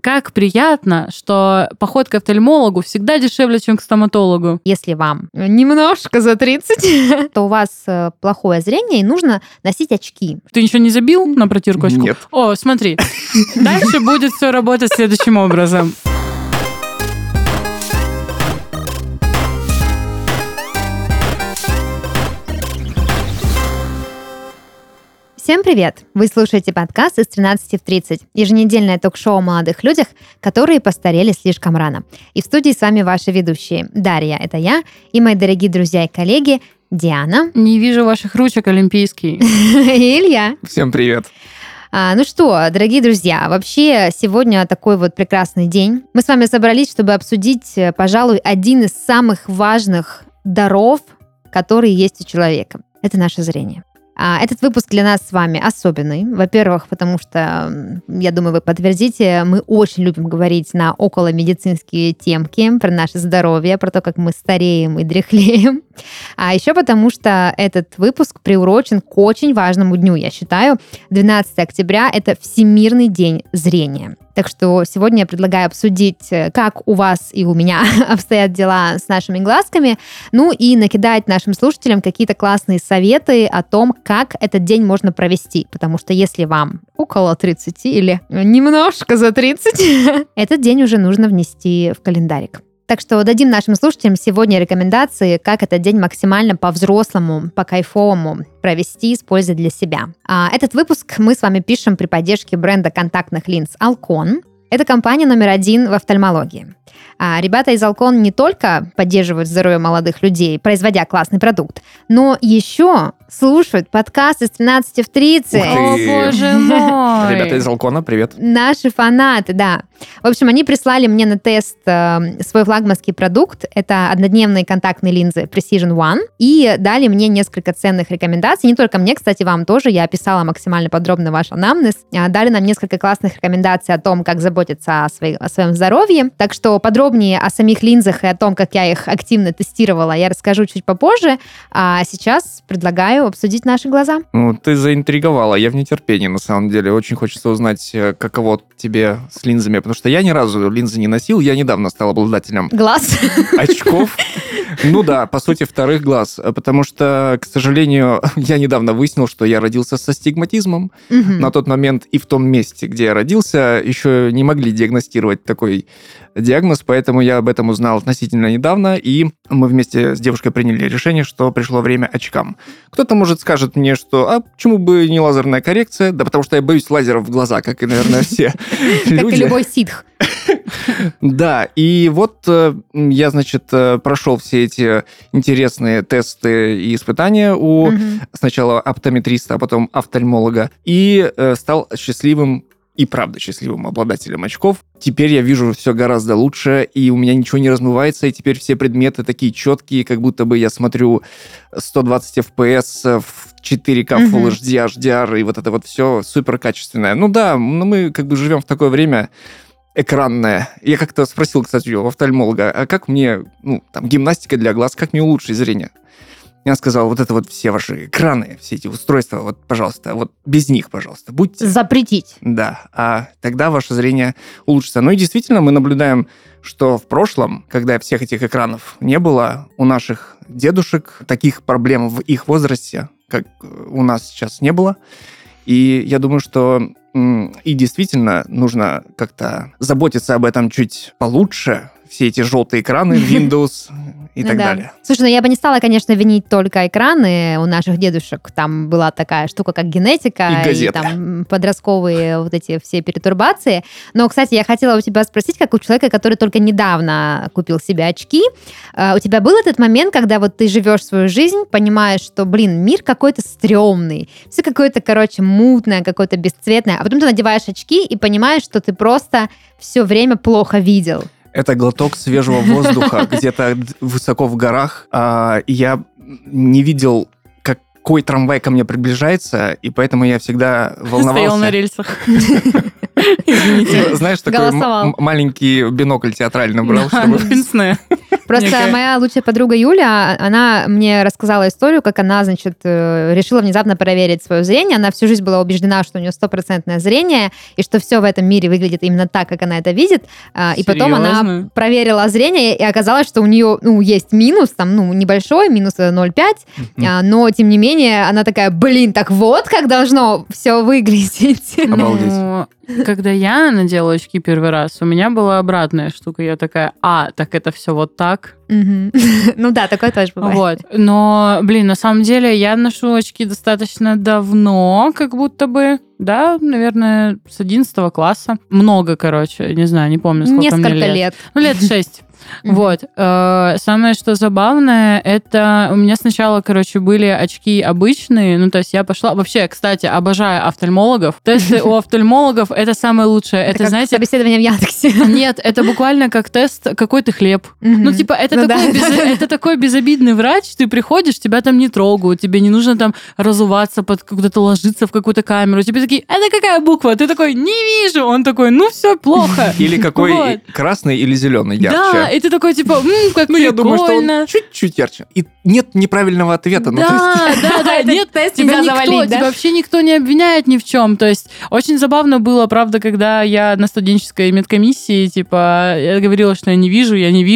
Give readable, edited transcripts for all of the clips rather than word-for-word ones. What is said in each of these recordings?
как приятно, что поход к офтальмологу всегда дешевле, чем к стоматологу. Если вам немножко за 30, то у вас плохое зрение, и нужно носить очки. Ты ничего не забил на протирку очков? Нет. О, смотри. Дальше будет все работать следующим образом. Всем привет! Вы слушаете подкаст «Из 13 в 30», еженедельное ток-шоу о молодых людях, которые постарели слишком рано. И в студии с вами ваши ведущие. Дарья, это я, и мои дорогие друзья и коллеги Диана. Не вижу ваших ручек, олимпийский. И Илья. Всем привет. Ну что, дорогие друзья, вообще сегодня такой вот прекрасный день. Мы с вами собрались, чтобы обсудить, пожалуй, один из самых важных даров, которые есть у человека. Это наше зрение. Этот выпуск для нас с вами особенный. Во-первых, потому что, я думаю, вы подтвердите, мы очень любим говорить на околомедицинские темки про наше здоровье, про то, как мы стареем и дряхлеем. А еще потому, что этот выпуск приурочен к очень важному дню, я считаю. 12 октября — это Всемирный день зрения. Так что сегодня я предлагаю обсудить, как у вас и у меня обстоят дела с нашими глазками, ну и накидать нашим слушателям какие-то классные советы о том, как этот день можно провести. Потому что если вам около 30 или немножко за 30, этот день уже нужно внести в календарик. Так что дадим нашим слушателям сегодня рекомендации, как этот день максимально по-взрослому, по-кайфовому провести с пользой для себя. Этот выпуск мы с вами пишем при поддержке бренда контактных линз Alcon. Это компания номер 1 в офтальмологии. Ребята из Alcon не только поддерживают здоровье молодых людей, производя классный продукт, но еще слушают подкаст из 13 в 30. О, боже мой! Ребята из Алкона, привет. Наши фанаты, да. В общем, они прислали мне на тест свой флагманский продукт. Это однодневные контактные линзы Precision One. И дали мне несколько ценных рекомендаций. Не только мне, кстати, вам тоже. Я описала максимально подробно ваш анамнез. Дали нам несколько классных рекомендаций о том, как заботиться о своем здоровье. Так что подробнее о самих линзах и о том, как я их активно тестировала, я расскажу чуть попозже. А сейчас предлагаю обсудить наши глаза. Ну, ты заинтриговала, я в нетерпении, на самом деле. Очень хочется узнать, каково тебе с линзами, потому что я ни разу линзы не носил, я недавно стал обладателем Глаз. очков. Ну да, по сути, вторых глаз, потому что, к сожалению, я недавно выяснил, что я родился со астигматизмом. На тот момент и в том месте, где я родился, еще не могли диагностировать такой диагноз, поэтому я об этом узнал относительно недавно, и мы вместе с девушкой приняли решение, что пришло время очкам. Кто-то, может, скажет мне, что почему бы не лазерная коррекция? Да потому что я боюсь лазеров в глаза, как и, наверное, все люди. Как и любой ситх. Да, и вот я, значит, прошел все эти интересные тесты и испытания у сначала оптометриста, а потом офтальмолога, и стал счастливым и правда счастливым обладателем очков. Теперь я вижу все гораздо лучше, и у меня ничего не размывается, и теперь все предметы такие четкие, как будто бы я смотрю 120 FPS в 4K Full HD, HDR, и вот это вот все супер качественное. Ну да, мы как бы живем в такое время экранное. Я как-то спросил, кстати, у офтальмолога, а как мне, гимнастика для глаз, как мне улучшить зрение? Я сказал, вот это вот все ваши экраны, все эти устройства, вот, пожалуйста, вот без них, пожалуйста, будьте. Запретить. Да, а тогда ваше зрение улучшится. Ну и действительно, мы наблюдаем, что в прошлом, когда всех этих экранов не было, у наших дедушек таких проблем в их возрасте, как у нас сейчас, не было. И я думаю, что и действительно нужно как-то заботиться об этом чуть получше. Все эти желтые экраны, Windows и так далее. Слушай, я бы не стала, конечно, винить только экраны у наших дедушек. Там была такая штука, как генетика и там подростковые вот эти все перетурбации. Но, кстати, я хотела у тебя спросить, как у человека, который только недавно купил себе очки, у тебя был этот момент, когда вот ты живешь свою жизнь, понимаешь, что, мир какой-то стрёмный, все какое-то, мутное, какое-то бесцветное, а потом ты надеваешь очки и понимаешь, что ты просто все время плохо видел. Это глоток свежего воздуха где-то высоко в горах. Я не видел, какой трамвай ко мне приближается, и поэтому я всегда волновался. Стоял на рельсах. Извините. Знаешь, такой маленький бинокль театральный брал, чтобы... Пенсне. Просто моя лучшая подруга Юля, она мне рассказала историю, как она, значит, решила внезапно проверить свое зрение. Она всю жизнь была убеждена, что у нее 100% зрение, и что все в этом мире выглядит именно так, как она это видит. И потом она проверила зрение, и оказалось, что у нее есть минус, там, небольшой, минус 0,5, но, тем не менее, она такая, так вот, как должно все выглядеть. Обалдеть. Когда я надела очки первый раз, у меня была обратная штука. Я такая, так это все вот так. Ну да, такое тоже бывает. Вот. Но, на самом деле, я ношу очки достаточно давно, как будто бы. Да, наверное, с 11 класса. Много, не знаю, не помню, сколько Несколько мне лет. Лет 6. Вот. Самое, что забавное, это у меня сначала, были очки обычные. То есть я пошла... Вообще, кстати, обожаю офтальмологов. Тесты у офтальмологов — это самое лучшее. Это как знаете... собеседование в Яндексе. Нет, это буквально как тест «Какой ты хлеб?». Это такой безобидный врач. Ты приходишь, тебя там не трогают, тебе не нужно там разуваться, куда-то ложиться в какую-то камеру. Тебе такие, это какая буква? Ты такой, не вижу. Он такой, все плохо. Или какой красный или зеленый ярче. Да, и ты такой, как прикольно. Я думаю, что он чуть-чуть ярче. И нет неправильного ответа. Да, нет, тебя вообще никто не обвиняет ни в чем. То есть очень забавно было, правда, когда я на студенческой медкомиссии, я говорила, что я не вижу,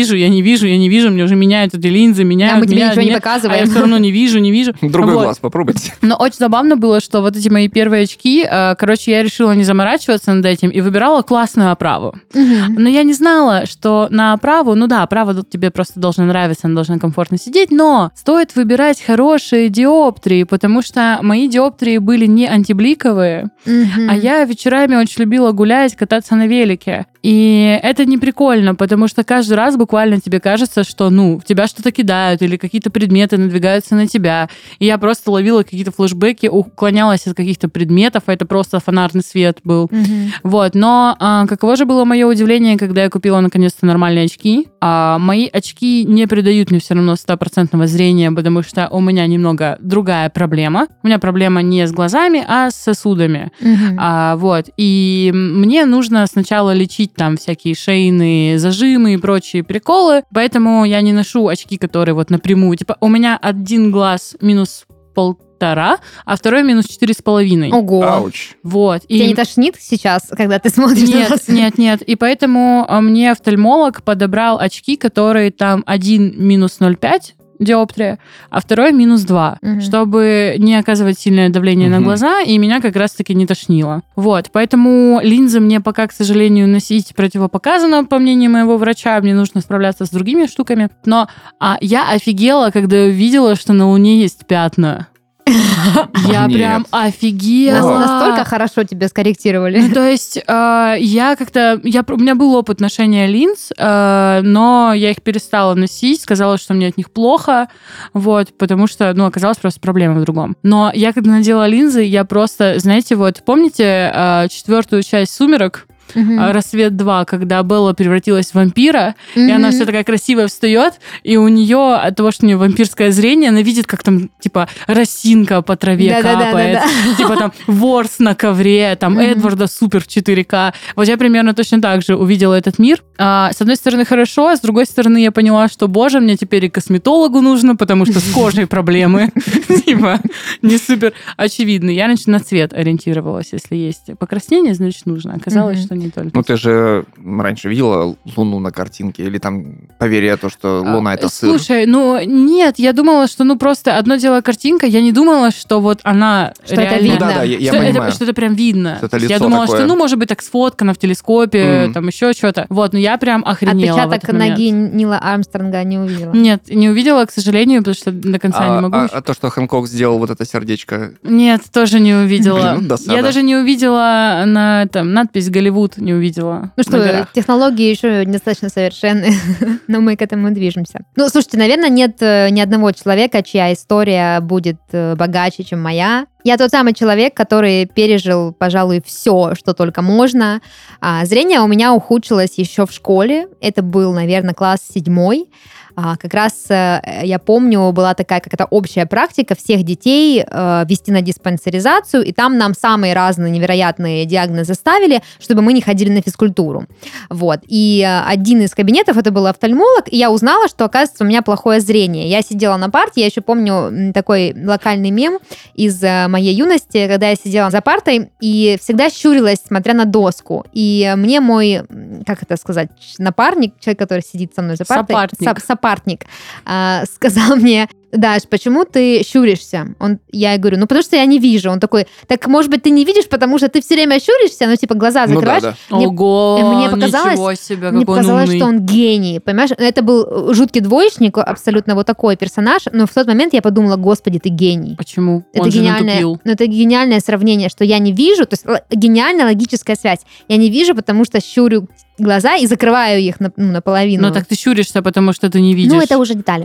мне уже меняют эти линзы, меняют. А мы тебе ничего не показываем. А я все равно не вижу. Другой глаз попробуйте. Но очень забавно было, что вот эти мои первые очки, я решила не заморачиваться над этим и выбирала классную оправу. Но я не знала, что на оправу, оправа тут тебе просто должна нравиться, она должна комфортно сидеть, но стоит выбирать хорошие диоптрии, потому что мои диоптрии были не антибликовые, а я вечерами очень любила гулять, кататься на велике. И это не прикольно, потому что каждый раз буквально тебе кажется, что, в тебя что-то кидают или какие-то предметы надвигаются на тебя. И я просто ловила какие-то флешбеки, уклонялась от каких-то предметов, а это просто фонарный свет был. Вот, но каково же было мое удивление, когда я купила наконец-то нормальные очки. Мои очки не придают мне все равно 100% зрения, потому что у меня немного другая проблема. У меня проблема не с глазами, а с сосудами. Вот, и мне нужно сначала лечить там всякие шейные зажимы и прочие приколы, поэтому я не ношу очки, которые вот напрямую. У меня один глаз минус 1,5, а второй минус 4,5. Ого. Ауч. Вот. Тебя не тошнит сейчас, когда ты смотришь на нас? Нет. И поэтому мне офтальмолог подобрал очки, которые там один минус 0,5 диоптрия, а второй минус 2, чтобы не оказывать сильное давление на глаза, и меня как раз-таки не тошнило. Вот, поэтому линзы мне пока, к сожалению, носить противопоказано, по мнению моего врача, мне нужно справляться с другими штуками. Но я офигела, когда увидела, что на Луне есть пятна. Я прям офигела. Настолько хорошо тебя скорректировали. То есть у меня был опыт ношения линз, но я их перестала носить, сказала, что мне от них плохо, вот, потому что, оказалась просто проблема в другом. Но я, когда надела линзы, я просто, знаете, помните 4-ю часть «Сумерек»? «Рассвет 2», когда Белла превратилась в вампира, и она вся такая красивая встает, и у нее от того, что у нее вампирское зрение, она видит, как там, росинка по траве капает, там ворс на ковре, там Эдварда супер в 4К. Вот я примерно точно так же увидела этот мир. С одной стороны, хорошо, а с другой стороны, я поняла, что, боже, мне теперь и к косметологу нужно, потому что с кожей проблемы. Не супер очевидны. Я, на цвет ориентировалась. Если есть покраснение, значит, нужно. Оказалось, что не только. Ты же раньше видела Луну на картинке? Или там поверье то, что Луна — это сыр? Слушай, нет, я думала, что просто одно дело картинка, я не думала, что вот она что реально... это видно. Да, я понимаю. Что это прям видно. Что это лицо я думала, такое. что, может быть, так сфоткано в телескопе, там еще что-то. Вот, но я прям охренела. Отпечаток ноги Нила Армстронга не увидела? Нет, не увидела, к сожалению, потому что до конца не могу. А то, что Хэнкок сделал вот это сердечко? Нет, тоже не увидела. Досада. Я даже не увидела надпись «Голливуд», не увидела. Ну что, технологии еще недостаточно совершенны, но мы к этому движемся. Слушайте, наверное, нет ни одного человека, чья история будет богаче, чем моя. Я тот самый человек, который пережил, пожалуй, все, что только можно. Зрение у меня ухудшилось еще в школе. Это был, наверное, класс 7. как раз, я помню, была такая какая-то общая практика всех детей вести на диспансеризацию, и там нам самые разные невероятные диагнозы ставили, чтобы мы не ходили на физкультуру. Вот. И один из кабинетов, это был офтальмолог, и я узнала, что, оказывается, у меня плохое зрение. Я сидела на парте, я еще помню такой локальный мем из моей юности, когда я сидела за партой и всегда щурилась, смотря на доску. И мне мой, как это сказать, напарник, человек, который сидит со мной за партой, сопартник, сказал мне: Даш, почему ты щуришься? Я говорю, потому что я не вижу. Он такой, так, может быть, ты не видишь, потому что ты все время щуришься, глаза закрываешь. Да. Ого, ничего себе, какой мне показалось, умный. что он гений, понимаешь? Это был жуткий двоечник, абсолютно вот такой персонаж, но в тот момент я подумала, господи, ты гений. Почему? Это Он же гениальное, натупил. это гениальное сравнение, что я не вижу, то есть гениальная логическая связь. Я не вижу, потому что щурю глаза и закрываю их наполовину. Ну так ты щуришься, потому что ты не видишь. Это уже детали.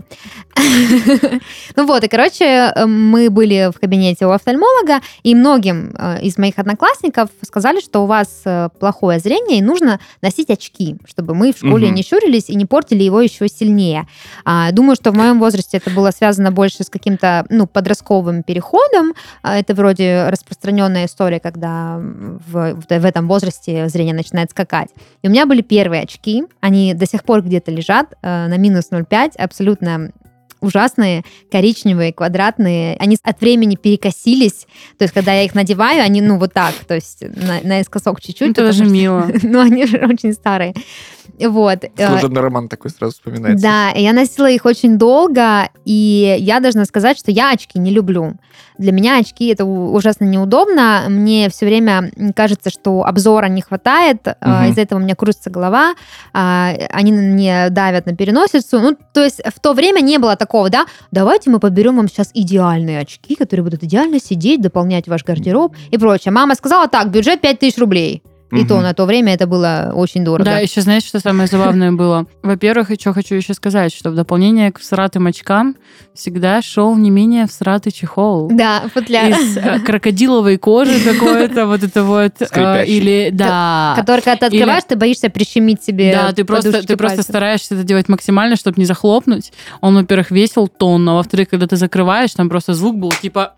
Мы были в кабинете у офтальмолога, и многим из моих одноклассников сказали, что у вас плохое зрение, и нужно носить очки, чтобы мы в школе не щурились и не портили его еще сильнее. Думаю, что в моем возрасте это было связано больше с каким-то подростковым переходом. Это вроде распространенная история, когда в этом возрасте зрение начинает скакать. И у меня были первые очки, они до сих пор где-то лежат на минус 0,5, абсолютно ужасные, коричневые, квадратные. Они от времени перекосились, то есть когда я их надеваю, они вот так, то есть наискосок чуть-чуть. Это даже мило. Но они же очень старые. Вот. Служебный роман такой сразу вспоминается. Да, я носила их очень долго, и я должна сказать, что я очки не люблю. Для меня очки это ужасно неудобно. Мне все время кажется, что обзора не хватает, из-за этого у меня крутится голова, они мне давят на переносицу. То есть в то время не было такого, давайте мы подберем вам сейчас идеальные очки, которые будут идеально сидеть, дополнять ваш гардероб и прочее. Мама сказала, так, бюджет 5000 рублей. И то на то время это было очень дорого. Да, еще знаешь, что самое забавное было? Во-первых, что хочу еще сказать, что в дополнение к всратым очкам всегда шел не менее всратый чехол. Да, футляр. Из крокодиловой кожи какой-то, вот это вот. Или, да. Который, когда ты открываешь, ты боишься прищемить себе. Да, ты просто стараешься это делать максимально, чтобы не захлопнуть. Он, во-первых, весил тонну, а во-вторых, когда ты закрываешь, там просто звук был типа...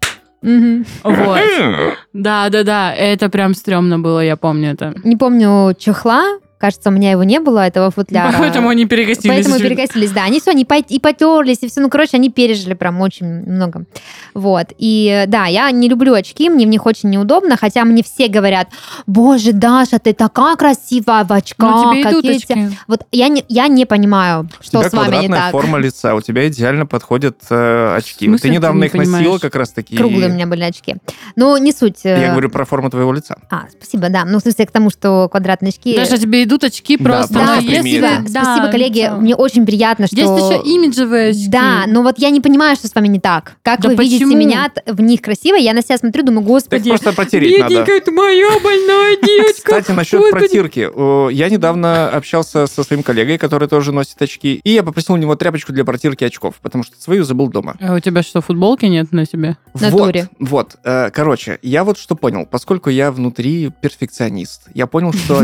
Вот. Да, это прям стрёмно было, я помню это. Не помню чехла, кажется, у меня его не было, этого футляра. Поэтому они перекосились. Да, они все, они и потерлись, и все, они пережили прям очень много. Вот, и да, я не люблю очки, мне в них очень неудобно, хотя мне все говорят, боже, Даша, ты такая красивая в очках. Тебе идут очки. Вот я не понимаю, что с вами не так. Форма лица, у тебя идеально подходят очки. Ты недавно их носила как раз таки. Круглые у меня были очки. Но не суть. Я говорю про форму твоего лица. Спасибо, да. В смысле к тому, что квадратные очки... Даже тебе идут очки просто. Да, спасибо, коллеги. Мне очень приятно, что... Есть еще имиджевые очки. Да, но вот я не понимаю, что с вами не так. Как вы видите меня в них красиво, я на себя смотрю, думаю, господи... Так просто протереть надо. Бедненькая ты моя больная девочка. Кстати, насчет протирки. Я недавно общался со своим коллегой, который тоже носит очки, и я попросил у него тряпочку для протирки очков, потому что свою забыл дома. А у тебя что, футболки нет на себе? Вот. Короче, я вот что понял. Поскольку я внутри перфекционист, я понял, что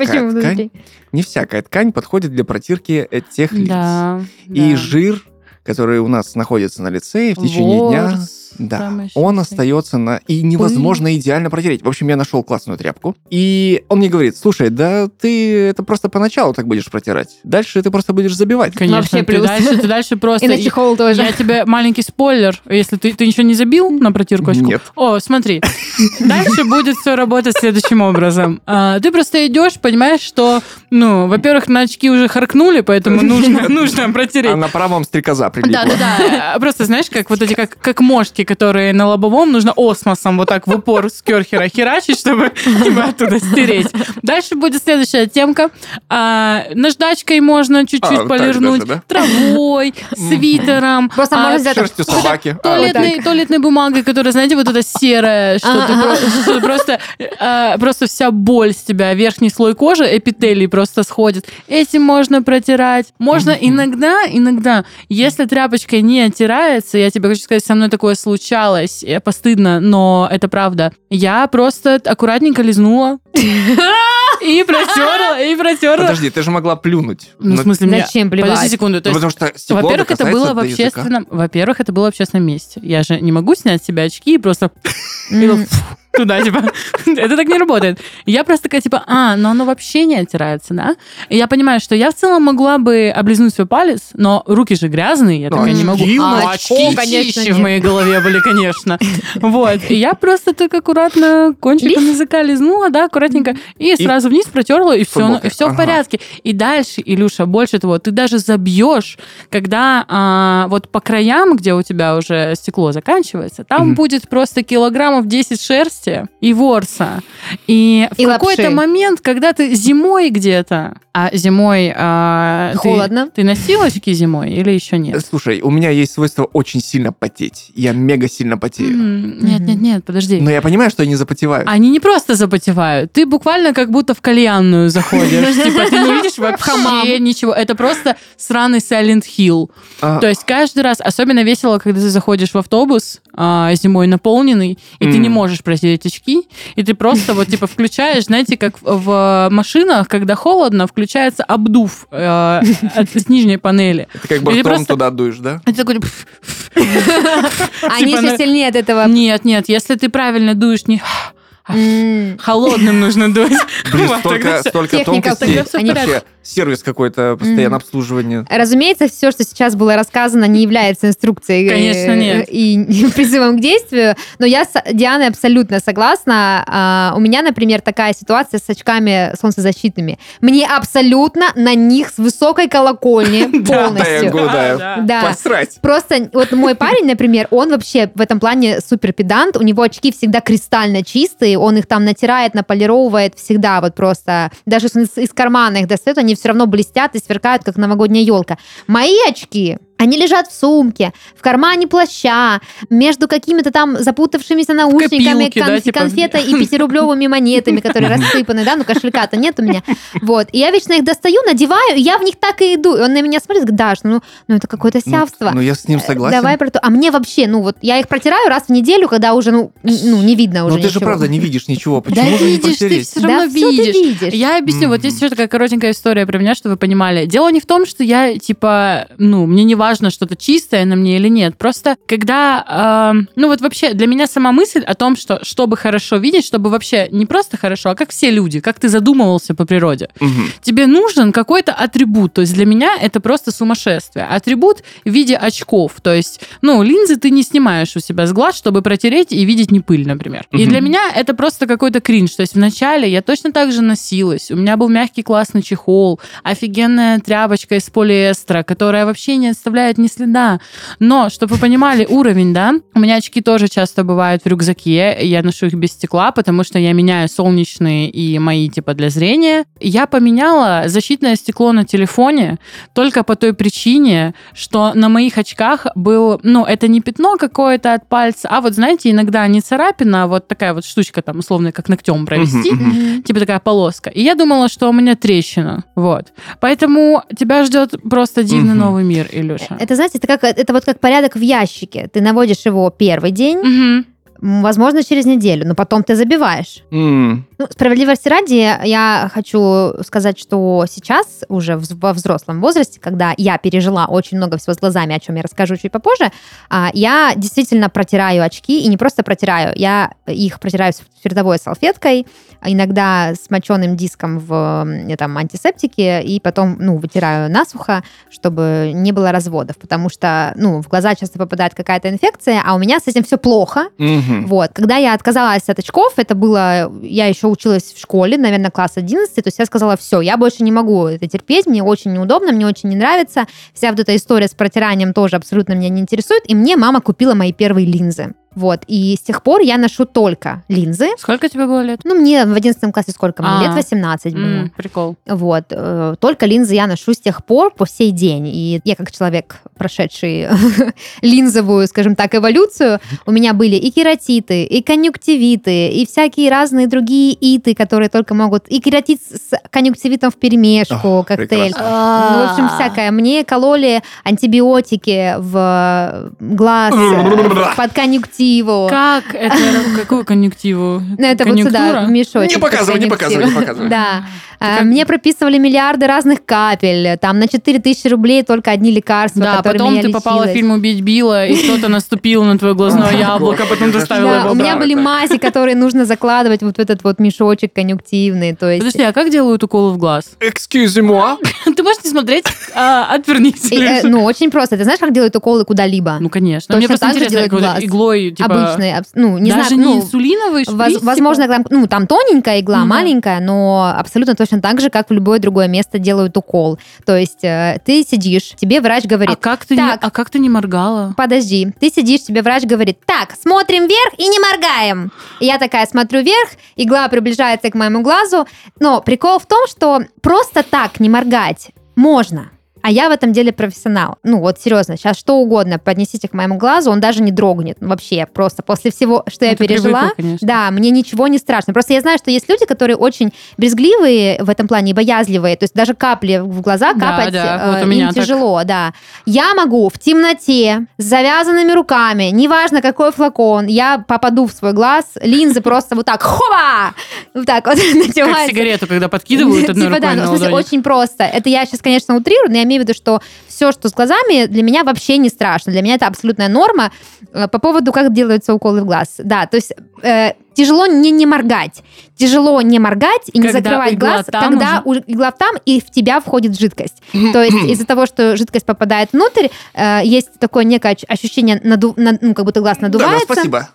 не всякая ткань подходит для протирки тех лиц. И жир, который у нас находится на лице, и в течение дня... Да, он остается и невозможно идеально протереть. В общем, я нашел классную тряпку, и он мне говорит, слушай, да ты это просто поначалу так будешь протирать. Дальше ты просто будешь забивать. Конечно, ты дальше просто... И на чехол тоже. Я тебе маленький спойлер, если ты ничего не забил на протирку очков? Нет. О, смотри, дальше будет все работать следующим образом. Ты просто идешь, понимаешь, что, во-первых, на очки уже харкнули, поэтому нужно протереть. А на правом стрекоза прилипла. Да. Просто знаешь, как вот эти, как мошки, которые на лобовом, нужно осмосом вот так в упор с керхера херачить, чтобы оттуда стереть. Дальше будет следующая темка. Наждачкой можно чуть-чуть полирнуть. Травой, свитером. Просто можно взять шерстью собаки. Туалетной бумагой, которая, знаете, вот эта серая, что просто вся боль с тебя, верхний слой кожи, эпителий просто сходит. Этим можно протирать. Можно иногда, если тряпочкой не оттирается, я тебе хочу сказать, со мной такое случалось, постыдно, но это правда. Я просто аккуратненько лизнула. И протерла. Подожди, ты же могла плюнуть. Ну, в смысле, Зачем плевать? Подожди секунду. То есть, Потому что стекло во-первых, это было в общественном месте. Я же не могу снять с себя очки и просто туда, типа, это так не работает. Я просто такая, типа, но оно вообще не оттирается, да? И я понимаю, что я в целом могла бы облизнуть свой палец, но руки же грязные, я такая не могу. Очки, конечно, чищи в моей голове были, конечно. Вот. И я просто так аккуратно кончиком языка лизнула, да, аккуратненько, и сразу вниз протерла, и все в порядке. И дальше, Илюша, больше того, ты даже забьешь, когда вот по краям, где у тебя уже стекло заканчивается, там будет просто килограммов 10 шерсти и ворса. И в какой-то момент, когда ты зимой где-то, зимой... Холодно. Ты носил очки зимой или еще нет? Слушай, у меня есть свойство очень сильно потеть. Я мега сильно потею. Нет, подожди. Но я понимаю, что они запотевают. Они не просто запотевают. Ты буквально как будто в кальянную заходишь. Типа ты не видишь вообще ничего. Это просто сраный Silent Hill. То есть каждый раз, особенно весело, когда ты заходишь в автобус зимой наполненный, и ты не можешь протереть очки, и ты просто вот типа включаешь, знаете, как в машинах, когда холодно, включается обдув с нижней панели. Ты как бы ртом туда дуешь, да? Ты такой... Они еще сильнее от этого. Нет, если ты правильно дуешь, не... Холодным нужно дуть. Блин, столько тонкостей. Вообще сервис какой-то, постоянно обслуживание. Разумеется, все, что сейчас было рассказано, не является инструкцией. Конечно, нет. И призывом к действию. Но я с Дианой абсолютно согласна. У меня, например, такая ситуация с очками солнцезащитными. Мне абсолютно на них с высокой колокольни полностью. Да. Посрать. Просто вот мой парень, например, он вообще в этом плане супер педант. У него очки всегда кристально чистые. Он их там натирает, наполировывает всегда вот просто. Даже если он из кармана их достает, они все равно блестят и сверкают, как новогодняя елка. Мои очки, они лежат в сумке, в кармане плаща, между какими-то там запутавшимися наушниками, копилке, да, типа... конфетой и 5-рублевыми монетами, которые рассыпаны, да, ну кошелька-то нет у меня. Вот. И я вечно их достаю, надеваю, и я в них так и иду. И он на меня смотрит, говорит: Даш, ну это какое-то сявство. Ну я с ним согласен. Давай про то. А мне вообще, вот я их протираю раз в неделю, когда уже, не видно уже ничего. Но ты же правда не видишь ничего. Почему же не протереть? Ты все равно видишь. Я объясню. Вот есть еще такая коротенькая история про меня, чтобы вы понимали. Дело не в том, что я, типа, мне не важно что-то чистое на мне или нет. Просто когда, вот вообще для меня сама мысль о том, что чтобы хорошо видеть, чтобы вообще не просто хорошо, а как все люди, как ты задумывался по природе. Тебе нужен какой-то атрибут. То есть для меня это просто сумасшествие. Атрибут в виде очков. То есть, линзы ты не снимаешь у себя с глаз, чтобы протереть и видеть не пыль, например. И для меня это просто какой-то кринж. То есть вначале я точно так же носилась. У меня был мягкий классный чехол, офигенная тряпочка из полиэстера, которая вообще не оставляет ни следа. Но, чтобы вы понимали уровень, да, у меня очки тоже часто бывают в рюкзаке, я ношу их без стекла, потому что я меняю солнечные и мои, типа, для зрения. Я поменяла защитное стекло на телефоне только по той причине, что на моих очках был, это не пятно какое-то от пальца, а вот, знаете, иногда не царапина, а вот такая вот штучка там, условно, как ногтем провести, типа такая полоска. И я думала, что у меня трещина, вот. Поэтому тебя ждет просто дивный новый мир, Илюша. Это, знаете, это вот как порядок в ящике. Ты наводишь его первый день, возможно, через неделю, но потом ты забиваешь. Справедливости ради, я хочу сказать, что сейчас, уже во взрослом возрасте, когда я пережила очень много всего с глазами, о чем я расскажу чуть попозже, я действительно протираю очки, и не просто протираю, я их протираю спиртовой салфеткой, иногда с моченым диском в антисептике, и потом, вытираю насухо, чтобы не было разводов, потому что, в глаза часто попадает какая-то инфекция, а у меня с этим все плохо. Вот. Когда я отказалась от очков, это было... Я еще училась в школе, наверное, класс 11, то есть я сказала: все, я больше не могу это терпеть, мне очень неудобно, мне очень не нравится. Вся вот эта история с протиранием тоже абсолютно меня не интересует, и мне мама купила мои первые линзы. Вот. И с тех пор я ношу только линзы. Сколько тебе было лет? Мне в 11 классе сколько? Мне лет 18 было. Прикол. Вот. Только линзы я ношу с тех пор по сей день. И я как человек, прошедший линзовую, скажем так, эволюцию, у меня были и кератиты, и конъюнктивиты, и всякие разные другие иты, которые только могут... И кератит с конъюнктивитом вперемешку, коктейль. В общем, всякое. Мне кололи антибиотики в глаз под конъюнктив. конъюнктиву. Как? Это какую конъюнктиву? Это вот сюда, в мешочек. Не показывай. Да. Мне прописывали миллиарды разных капель. Там на 4000 рублей только одни лекарства, да, которыми потом я ты попала в лечилась. фильм «Убить Билла», и кто-то наступил на твое глазное яблоко, потом ты ставила Да, его у меня обратно. были мази, которые нужно закладывать вот в этот вот мешочек конъюнктивный. То есть... Подожди, а как делают уколы в глаз? Excuse-moi. Ты можешь не смотреть, отвернись. Ну, очень просто. Ты знаешь, как делают уколы куда-либо? Ну, конечно. Точно Мне просто так же интересно, делают как глаз. иглой, типа... Обычный, ну, не даже знаю, не ну, инсулиновый шприц, возможно, типа? там тоненькая игла, Ну да. маленькая, но абсолютно точно так же, как в любое другое место делают укол. То есть ты сидишь, тебе врач говорит... А как ты не моргала? Подожди, ты сидишь, тебе врач говорит, так, смотрим вверх и не моргаем. И я такая смотрю вверх, игла приближается к моему глазу, но прикол в том, что просто так не моргать можно. А я в этом деле профессионал. Ну вот серьезно, сейчас что угодно поднесите к моему глазу, он даже не дрогнет. Вообще, просто после всего, что я пережила, да, мне ничего не страшно. Просто я знаю, что есть люди, которые очень брезгливые в этом плане, боязливые. То есть даже капли в глаза капать вот им тяжело, да. Я могу в темноте, с завязанными руками, неважно какой флакон, я попаду в свой глаз, линзы просто вот так, хова! Вот так вот надеваются. Как сигарету, когда подкидывают одной рукой на в смысле, ладони. очень просто. Это я сейчас, конечно, утрирую, но я имею в виду, что все, что с глазами, для меня вообще не страшно. Для меня это абсолютная норма. По поводу, как делаются уколы в глаз. Да, то есть тяжело не моргать. Тяжело не моргать и не закрывать глаз, когда игла там, и в тебя входит жидкость. То есть из-за того, что жидкость попадает внутрь, есть такое некое ощущение, как будто глаз надувается. Да, спасибо.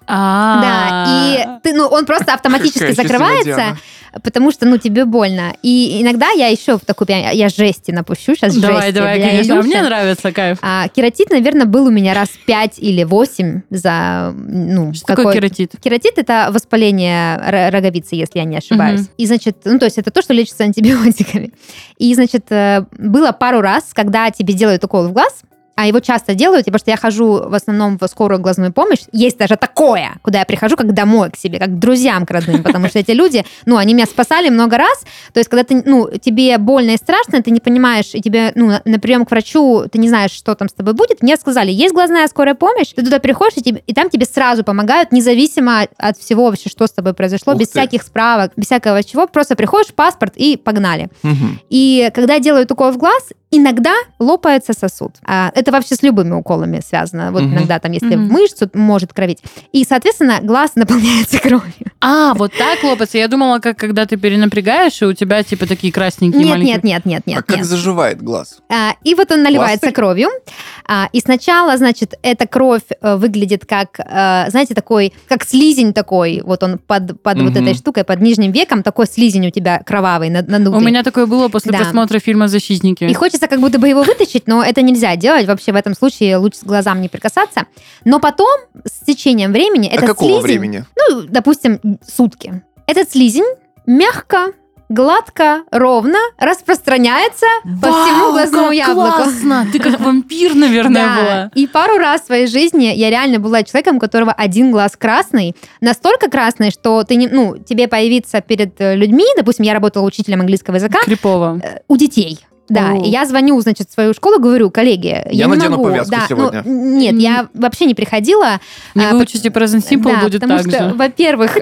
Да, и он просто автоматически закрывается, потому что, тебе больно. И иногда я еще в такую... Я жести напущу сейчас. Давай, конечно. А мне нравится, кайф. Кератит, наверное, был у меня раз 5 или 8 за... Что такое кератит? Кератит — это воспаление роговицы, если я не ошибаюсь. И, значит, то есть это то, что лечится антибиотиками. И, значит, было пару раз, когда тебе делают укол в глаз, а его часто делают, потому что я хожу в основном в скорую глазную помощь. Есть даже такое, куда я прихожу как домой к себе, как к друзьям, к родным, потому что эти люди, они меня спасали много раз. То есть, когда ты, тебе больно и страшно, ты не понимаешь, и тебе, на прием к врачу, ты не знаешь, что там с тобой будет. Мне сказали, есть глазная скорая помощь, ты туда приходишь, и там тебе сразу помогают, независимо от всего вообще, что с тобой произошло, без всяких справок, без всякого чего. Просто приходишь, паспорт, и погнали. И когда делают укол в глаз, иногда лопается сосуд. Это вообще с любыми уколами связано. Вот иногда там, если в мышцу, может кровить. И, соответственно, глаз наполняется кровью. Вот так лопается. Я думала, как когда ты перенапрягаешь, и у тебя типа такие красненькие маленькие... Нет. А как заживает глаз? И вот он наливается кровью. И сначала, значит, эта кровь выглядит как, знаете, такой, как слизень такой. Вот он под вот этой штукой, под нижним веком, такой слизень у тебя кровавый, надутый. У меня такое было после просмотра фильма «Защитники». И хочется как будто бы его вытащить, но это нельзя делать. Вообще в этом случае лучше с глазам не прикасаться. Но потом, с течением времени, этот какого слизень... времени? Допустим, сутки. Этот слизень мягко, гладко, ровно распространяется по всему глазному яблоку. Классно! Ты как вампир, наверное, была. И пару раз в своей жизни я реально была человеком, у которого один глаз красный. Настолько красный, что ты тебе появиться перед людьми, допустим, я работала учителем английского языка. Крипово. У детей. Да, и я звоню, значит, в свою школу, говорю, коллеги, я не надену могу. повязку сегодня. Нет, я вообще не приходила. Не выучите Present Simple, будет так же. Потому что, во-первых...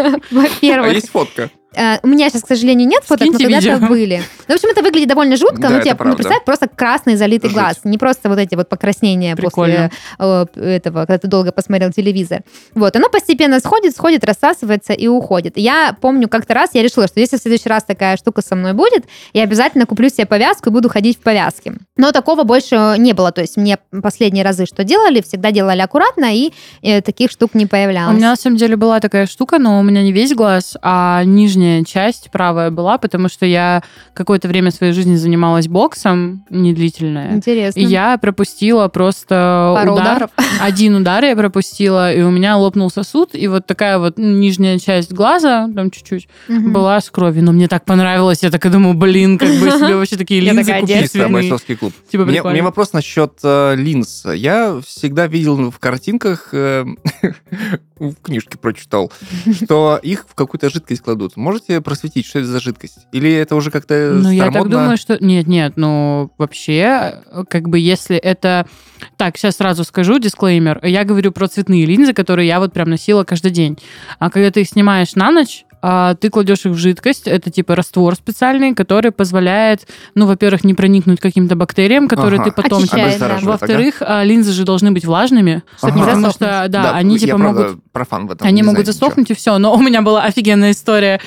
А есть фотка? У меня сейчас, к сожалению, нет фоток, но когда-то были. В общем, это выглядит довольно жутко, Да, но тебе представь, просто красный залитый глаз. Не просто вот эти вот покраснения после этого, когда ты долго посмотрел телевизор. Вот, оно постепенно сходит, рассасывается и уходит. Я помню, как-то раз я решила, что если в следующий раз такая штука со мной будет, я обязательно куплю себе повязку и буду ходить в повязке. Но такого больше не было. То есть мне последние разы, что делали, всегда делали аккуратно, и таких штук не появлялось. У меня, на самом деле, была такая штука, но у меня не весь глаз, а нижняя часть правая была, потому что я какое-то время своей жизни занималась боксом, недлительное. Интересно. И я пропустила просто пару удар. ударов. Один удар я пропустила, и у меня лопнул сосуд, и вот такая вот нижняя часть глаза, там чуть-чуть, была с кровью. Но мне так понравилось, я такая думаю, как бы себе вообще такие линзы купить. Чисто бойцовский клуб. Типа У меня вопрос насчет линз. Я всегда видел в картинках в книжке прочитал, что их в какую-то жидкость кладут. Можете просветить, что это за жидкость? Или это уже как-то Ну, я так старомодно? думаю, что... Нет, ну, вообще, как бы если это... Так, сейчас сразу скажу, дисклеймер. Я говорю про цветные линзы, которые я вот прям носила каждый день. А когда ты их снимаешь на ночь, ты кладешь их в жидкость, это типа раствор специальный, который позволяет, ну, во-первых, не проникнуть каким-то бактериям, которые ты потом... Очищает, да. Во-вторых, линзы же должны быть влажными, Чтобы не потому засохнуть. что, да, они типа я, могут... правда, профан в этом. Они не могут знаю засохнуть, и все. Но у меня была офигенная история,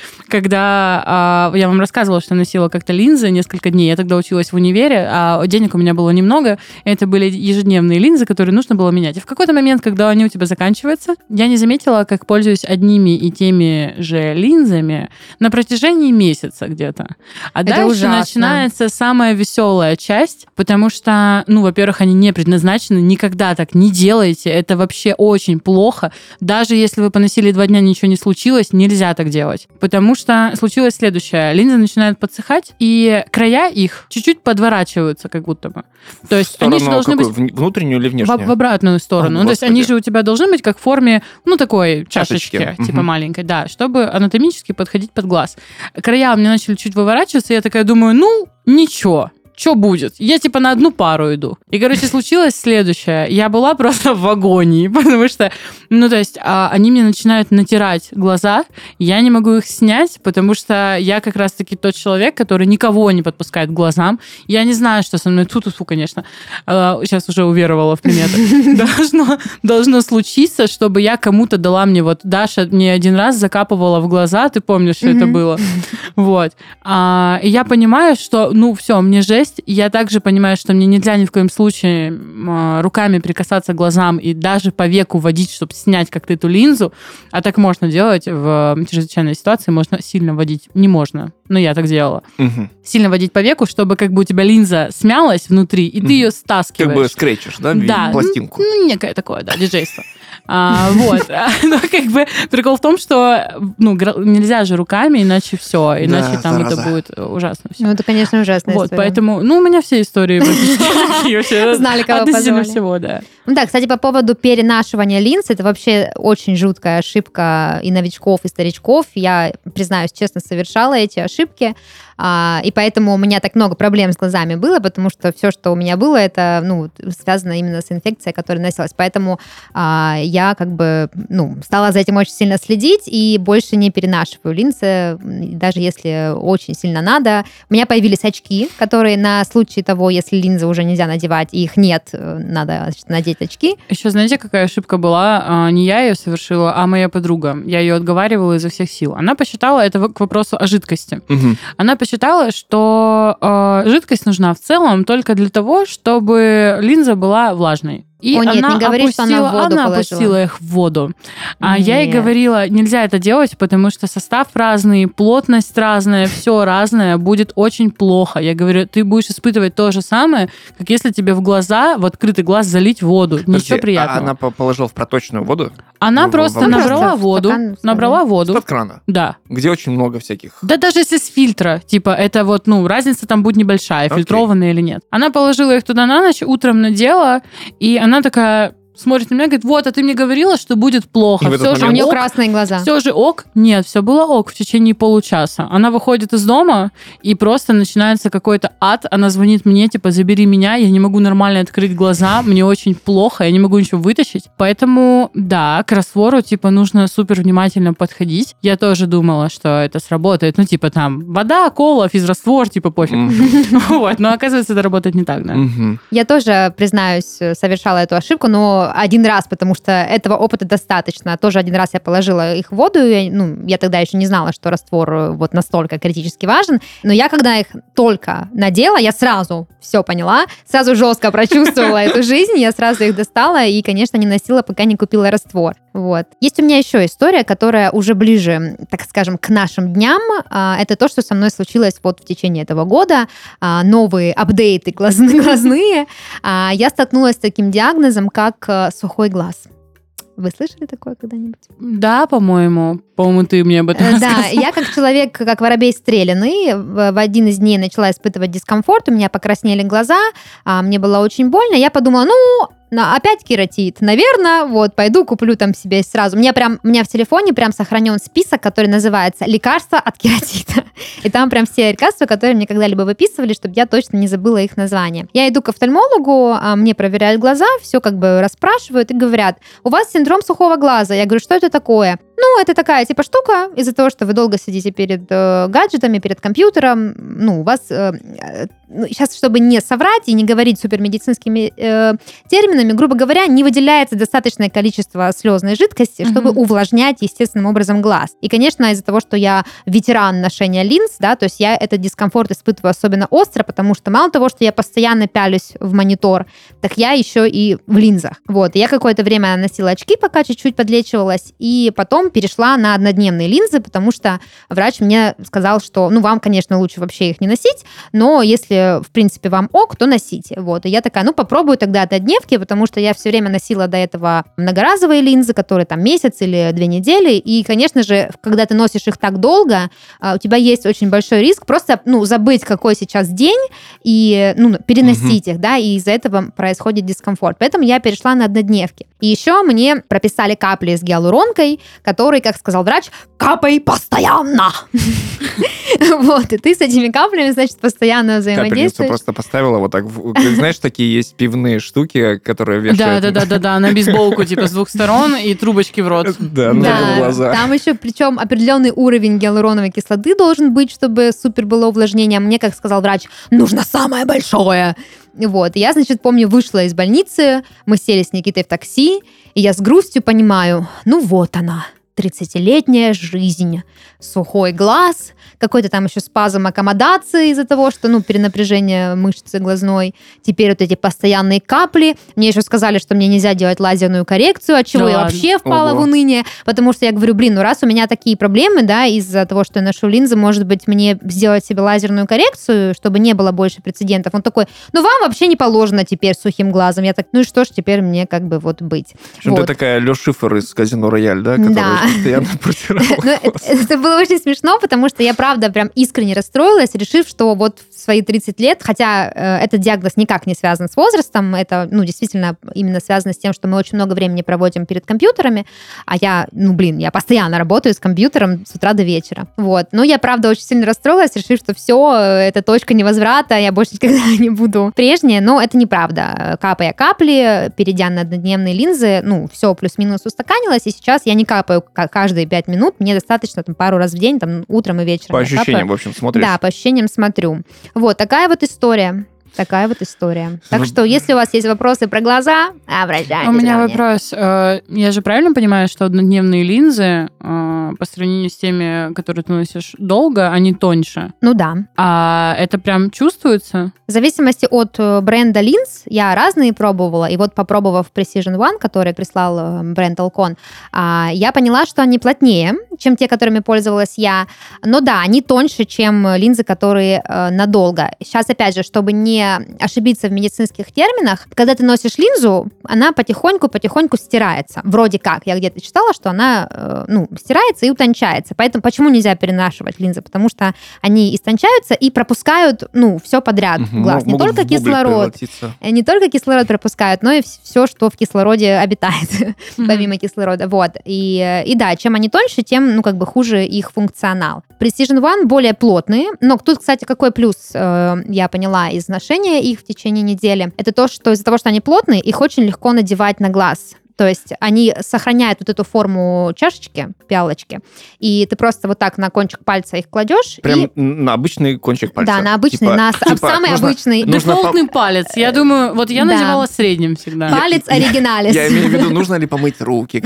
когда я вам рассказывала, что носила как-то линзы несколько дней. Я тогда училась в универе, а денег у меня было немного. Это были ежедневные линзы, которые нужно было менять. И в какой-то момент, когда они у тебя заканчиваются, я не заметила, как пользуюсь одними и теми же линзами на протяжении месяца где-то. А Это дальше ужасно. начинается самая веселая часть, потому что, ну, во-первых, они не предназначены, никогда так не делайте. Это вообще очень плохо. Даже если вы поносили 2 дня, ничего не случилось, нельзя так делать. Потому что случилось следующее. Линзы начинают подсыхать, и края их чуть-чуть подворачиваются, как будто бы. То есть сторону они же должны быть какую? Внутреннюю или в внешнюю? обратную сторону. О, Ну, то есть Господи. они же у тебя должны быть как в форме, ну, такой чашечки, Чашечки. типа Мгм. маленькой, да, чтобы анатомически подходить под глаз. Края у меня начали чуть выворачиваться, и я такая думаю, ну, ничего. Что будет? Я типа на одну пару иду. И, короче, случилось следующее. Я была просто в агонии, потому что, ну, то есть, они мне начинают натирать глаза, я не могу их снять, потому что я как раз-таки тот человек, который никого не подпускает к глазам. Я не знаю, что со мной. Тьфу-тьфу, конечно. Сейчас уже уверовала в приметы. Должно случиться, чтобы я кому-то дала мне... Вот Даша мне один раз закапывала в глаза, ты помнишь, что это было? Вот. И я понимаю, что, ну, все, мне жесть. Я также понимаю, что мне нельзя ни в коем случае руками прикасаться к глазам и даже по веку водить, чтобы снять как-то эту линзу. А так можно делать в чрезвычайной ситуации. Можно сильно водить. Не можно. Но я так делала. Мгм. Сильно водить по веку, чтобы как бы у тебя линза смялась внутри, и ты ее стаскиваешь. Как бы скретчишь, да? Да. Пластинку. Ну, некое такое, да, диджейство. Вот. Но как бы прикол в том, что ну, нельзя же руками, иначе все. Иначе Да, там зараза. это будет ужасно все. Ну, это, конечно, ужасная Вот, история. поэтому, ну, у меня все истории практически такие вообще. Знали, кого Относительно позвали. всего, да. Ну да, кстати, по поводу перенашивания линз, это вообще очень жуткая ошибка и новичков, и старичков. Я, признаюсь честно, совершала эти ошибки, и поэтому у меня так много проблем с глазами было, потому что все, что у меня было, это ну, связано именно с инфекцией, которая носилась. Поэтому я как бы стала за этим очень сильно следить и больше не перенашиваю линзы, даже если очень сильно надо. У меня появились очки, которые на случай того, если линзы уже нельзя надевать, и их нет, надо значит, надеть очки. Еще знаете, какая ошибка была? Не я ее совершила, а моя подруга. Я ее отговаривала изо всех сил. Она посчитала, это к вопросу о жидкости. Мгм. Она посчитала, что жидкость нужна в целом только для того, чтобы линза была влажной. И О, нет, она не говори, что она в воду положила. опустила их в воду. А я ей Нет. говорила, нельзя это делать, потому что состав разный, плотность разная, все разное, будет очень плохо. Я говорю, ты будешь испытывать то же самое, как если тебе в глаза, в открытый глаз залить воду. Ничего Подожди, приятного. она положила в проточную воду? Она в- просто в- набрала Просто в воду, стакан набрала воду. Из-под крана, Да. где очень много всяких... Да даже если с фильтра, типа, это вот, разница там будет небольшая, Окей. фильтрованная или нет. Она положила их туда на ночь, утром надела, и она такая смотрит на меня и говорит, вот, а ты мне говорила, что будет плохо. И в этот Все же А у нее ок. красные глаза. Все же ок? Нет, все было ок в течение получаса. Она выходит из дома, и просто начинается какой-то ад. Она звонит мне, типа, забери меня, я не могу нормально открыть глаза, мне очень плохо, я не могу ничего вытащить. Поэтому, да, к раствору, типа, нужно супер внимательно подходить. Я тоже думала, что это сработает. Ну, типа, там, вода, кола, физраствор, типа, пофиг. Вот, но оказывается, это работает не так, да. Мгм. Я тоже, признаюсь, совершала эту ошибку, но один раз, потому что этого опыта достаточно. Тоже один раз я положила их в воду, и, я тогда еще не знала, что раствор вот настолько критически важен, но я, когда их только надела, я сразу все поняла, сразу жестко прочувствовала эту жизнь, я сразу их достала и, конечно, не носила, пока не купила раствор. Вот. Есть у меня еще история, которая уже ближе, так скажем, к нашим дням. Это то, что со мной случилось вот в течение этого года. Новые апдейты глазные. Я столкнулась с таким диагнозом, как сухой глаз. Вы слышали такое когда-нибудь? Да, по-моему, ты мне об этом Да, рассказывала. я как человек, как воробей стрелянный, в один из дней начала испытывать дискомфорт, у меня покраснели глаза, мне было очень больно, я подумала, опять кератит. Наверное, вот, пойду куплю там себе сразу. У меня в телефоне прям сохранен список, который называется «Лекарства от кератита». И там прям все лекарства, которые мне когда-либо выписывали, чтобы я точно не забыла их название. Я иду к офтальмологу, мне проверяют глаза, все как бы расспрашивают и говорят: у вас синдром сухого глаза. Я говорю: что это такое? Ну, это такая типа штука, из-за того, что вы долго сидите перед гаджетами, перед компьютером, у вас... сейчас, чтобы не соврать и не говорить супермедицинскими терминами, грубо говоря, не выделяется достаточное количество слезной жидкости, чтобы увлажнять естественным образом глаз. И, конечно, из-за того, что я ветеран ношения линз, да, то есть я этот дискомфорт испытываю особенно остро, потому что мало того, что я постоянно пялюсь в монитор, так я еще и в линзах. Вот. Я какое-то время носила очки, пока чуть-чуть подлечивалась, и потом перешла на однодневные линзы, потому что врач мне сказал, что, вам, конечно, лучше вообще их не носить, но если, в принципе, вам ок, то носите. Вот. И я такая, попробую тогда однодневки, потому что я все время носила до этого многоразовые линзы, которые там месяц или 2 недели, и, конечно же, когда ты носишь их так долго, у тебя есть очень большой риск просто, забыть, какой сейчас день, и, переносить их, да, и из-за этого происходит дискомфорт. Поэтому я перешла на однодневки. И еще мне прописали капли с гиалуронкой, который, как сказал врач, капай постоянно. Вот, и ты с этими каплями, значит, постоянно взаимодействуешь. Капельницу просто поставила вот так. Знаешь, такие есть пивные штуки, которые вешают. Да, на бейсболку, типа, с 2 сторон и трубочки в рот. Да, на глаза. Там еще, причем, определенный уровень гиалуроновой кислоты должен быть, чтобы супер было увлажнение. Мне, как сказал врач, нужно самое большое. Вот, я, значит, помню, вышла из больницы, мы сели с Никитой в такси, и я с грустью понимаю, вот она, 30-летняя жизнь, сухой глаз, какой-то там еще спазм аккомодации из-за того, что, перенапряжение мышцы глазной, теперь вот эти постоянные капли. Мне еще сказали, что мне нельзя делать лазерную коррекцию, от чего я вообще впала в уныние, потому что я говорю, раз у меня такие проблемы, да, из-за того, что я ношу линзы, может быть, мне сделать себе лазерную коррекцию, чтобы не было больше прецедентов. Он такой, вам вообще не положено теперь сухим глазом. Я так, и что ж теперь мне как бы быть. Ты такая Лё Шифр из «Казино Рояль», да, которая постоянно протирала. Это было очень смешно, потому что я, правда, прям искренне расстроилась, решив, что вот в свои 30 лет, хотя этот диагноз никак не связан с возрастом, это, действительно именно связано с тем, что мы очень много времени проводим перед компьютерами, а я, я постоянно работаю с компьютером с утра до вечера. Вот. Но я, правда, очень сильно расстроилась, решив, что все, это точка невозврата, я больше никогда не буду прежняя, но это неправда. Капая капли, перейдя на однодневные линзы, все плюс-минус устаканилось, и сейчас я не капаю каждые 5 минут, мне достаточно пару раз в день, утром и вечером. По ощущениям, в общем, смотришь? Да, по ощущениям смотрю. Вот, такая вот история. Так что, если у вас есть вопросы про глаза, обращайтесь. У меня вопрос. Я же правильно понимаю, что однодневные линзы по сравнению с теми, которые ты носишь долго, они тоньше? Да. А это прям чувствуется? В зависимости от бренда линз, я разные пробовала, и вот попробовав Precision One, который прислал бренд Alcon, я поняла, что они плотнее, чем те, которыми пользовалась я. Но да, они тоньше, чем линзы, которые надолго. Сейчас, опять же, чтобы не ошибиться в медицинских терминах, когда ты носишь линзу, она потихоньку стирается. Вроде как. Я где-то читала, что она стирается и утончается. Поэтому почему нельзя перенашивать линзы? Потому что они истончаются и пропускают все подряд в глаз. Не только кислород пропускают, но и все, что в кислороде обитает, помимо кислорода. Вот. И да, чем они тоньше, тем хуже их функционал. Precision One более плотные, но тут, кстати, какой плюс я поняла из ношения их в течение недели, это то, что из-за того, что они плотные, их очень легко надевать на глаз. То есть они сохраняют вот эту форму чашечки, пиалочки, и ты просто вот так на кончик пальца их кладешь. Прям на обычный кончик пальца? Да, на обычный, самый обычный. Дефолтный палец. Я думаю, вот я надевала средним всегда. Палец оригиналис. Я имею в виду, нужно ли помыть руки?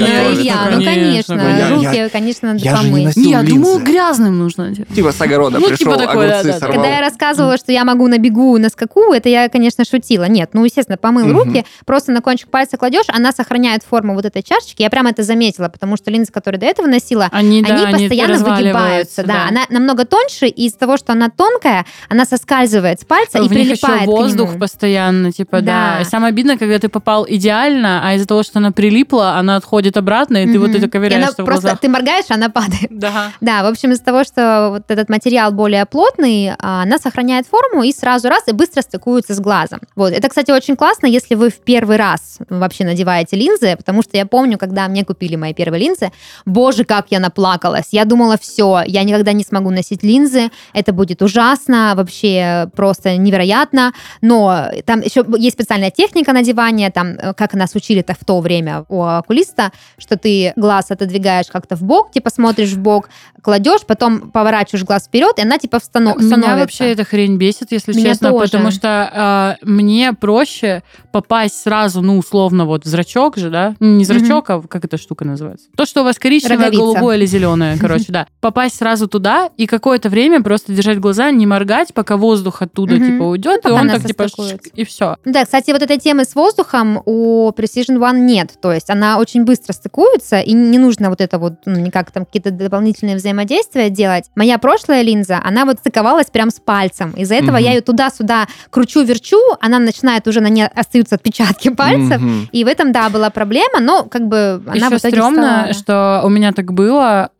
Конечно. Руки, конечно, надо помыть. Я думаю, грязным нужно. Типа с огорода пришел, огурцы сорвал. Когда я рассказывала, что я могу на бегу, на скаку, это я, конечно, шутила. Нет, естественно, помыл руки, просто на кончик пальца кладешь, она сохраняет форму вот этой чашечки. Я прямо это заметила, потому что линзы, которые до этого носила, они постоянно выгибаются. Да, она намного тоньше, и из-за того, что она тонкая, она соскальзывает с пальца и прилипает к нему. Воздух постоянно, типа, да. И самое обидное, когда ты попал идеально, а из-за того, что она прилипла, она отходит обратно, и ты вот это ковыряешься в глазах. Ты моргаешь, она падает. Да. Да, в общем, из-за того, что вот этот материал более плотный, она сохраняет форму и сразу раз и быстро стыкуется с глазом. Вот. Это, кстати, очень классно, если вы в первый раз вообще надеваете линзы, потому что я помню, когда мне купили мои первые линзы, боже, как я наплакалась. Я думала, все, я никогда не смогу носить линзы, это будет ужасно, вообще просто невероятно. Но там еще есть специальная техника надевания, там, как нас учили-то в то время у окулиста, что ты глаз отодвигаешь как-то в бок, типа смотришь в бок, кладешь, потом поворачиваешь глаз вперед, и она типа становится. Меня вообще эта хрень бесит, если честно, тоже. Потому что мне проще попасть сразу, ну, условно, вот в зрачок же, да? Не зрачок, а как эта штука называется? То, что у вас коричневое, роговица. Голубое или зеленое, короче, да. Попасть сразу туда и какое-то время просто держать глаза, не моргать, пока воздух оттуда, типа, уйдет, и он так, типа, и все. Да, кстати, вот этой темы с воздухом у Precision One нет. То есть она очень быстро стыкуется, и не нужно вот это вот, ну, никак там какие-то дополнительные взаимодействия делать. Моя прошлая линза, она вот стыковалась прям с пальцем. Из-за этого я ее туда-сюда кручу-верчу, она начинает уже, на ней остаются отпечатки пальцев, и в этом, да, была проблема, но как бы она еще в итоге стрёмно, что у меня так было,